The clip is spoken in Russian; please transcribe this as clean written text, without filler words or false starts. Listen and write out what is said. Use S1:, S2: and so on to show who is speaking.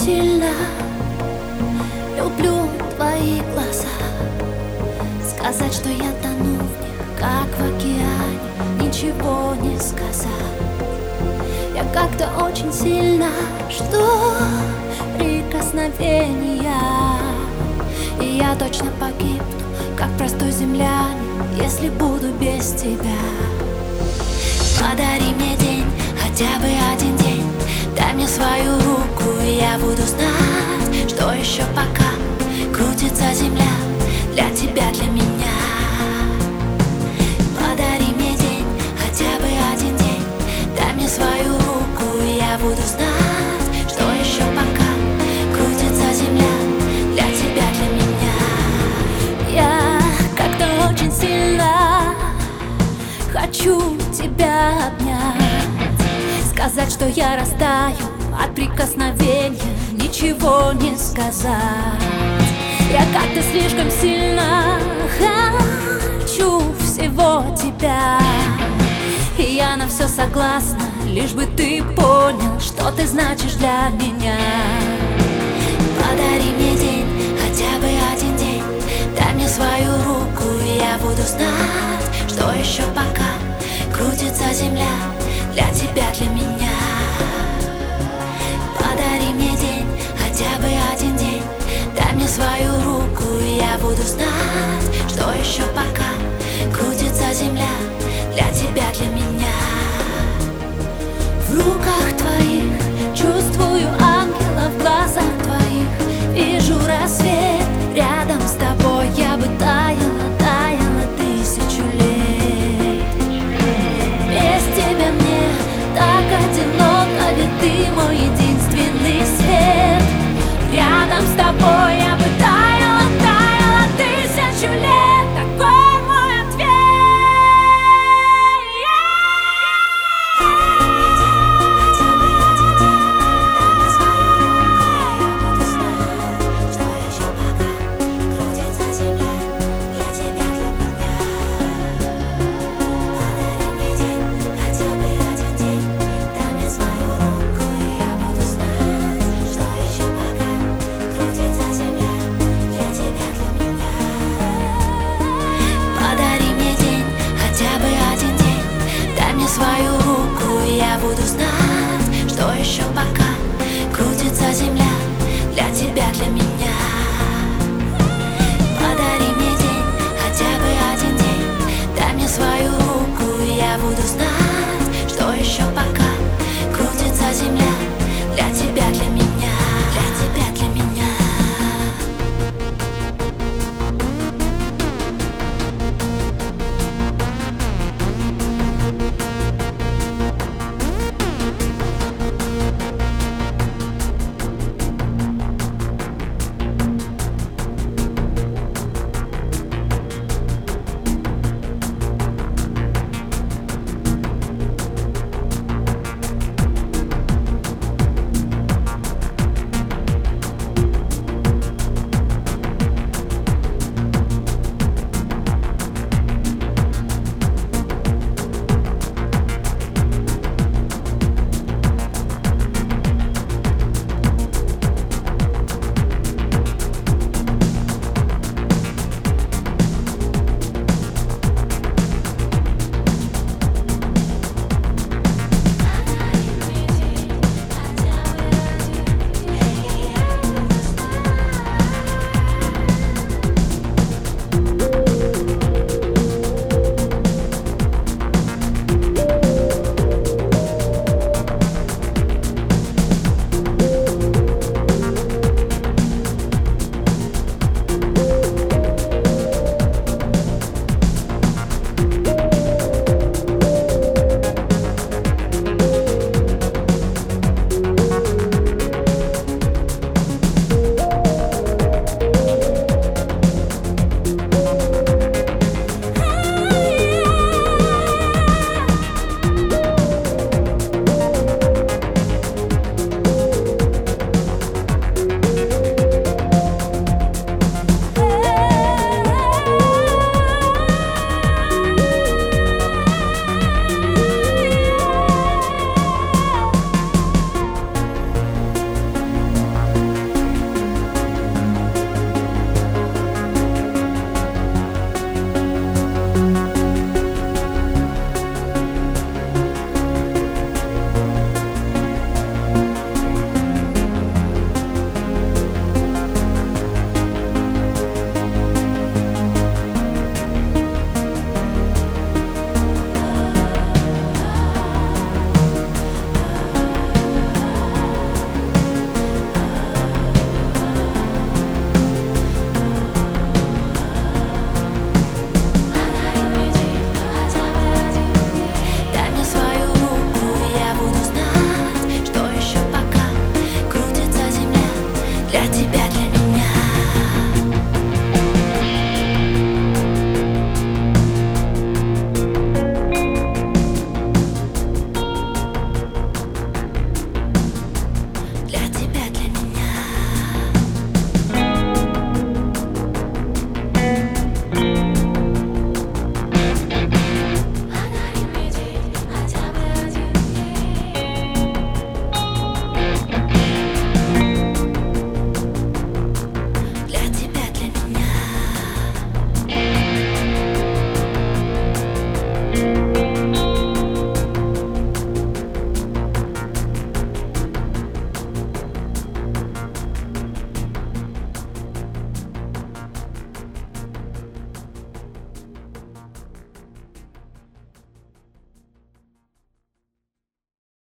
S1: сильно люблю твои глаза. Сказать, что я тону в них, как в океане, ничего не сказать. Я как-то очень сильно жду прикосновения, и я точно погибну, как простой землянин, если буду без тебя. Подари мне день, хотя бы один день, дай мне свою руку, и я буду знать, что еще пока крутится земля для тебя, для меня. Подари мне день, хотя бы один день, дай мне свою руку, и я буду знать, что еще пока крутится земля для тебя, для меня. Я как-то очень сильно хочу тебя обнять, сказать, что я растаю от прикосновения, ничего не сказать. Я как-то слишком сильно хочу всего тебя, и я на все согласна, лишь бы ты понял, что ты значишь для меня. Подари мне день, хотя бы один день, дай мне свою руку, и я буду знать, что еще пока крутится земля для тебя, для меня. Подари мне день, хотя бы один день, дай мне свою руку, и я буду знать, что еще пока крутится земля для тебя, для меня. В руках твоих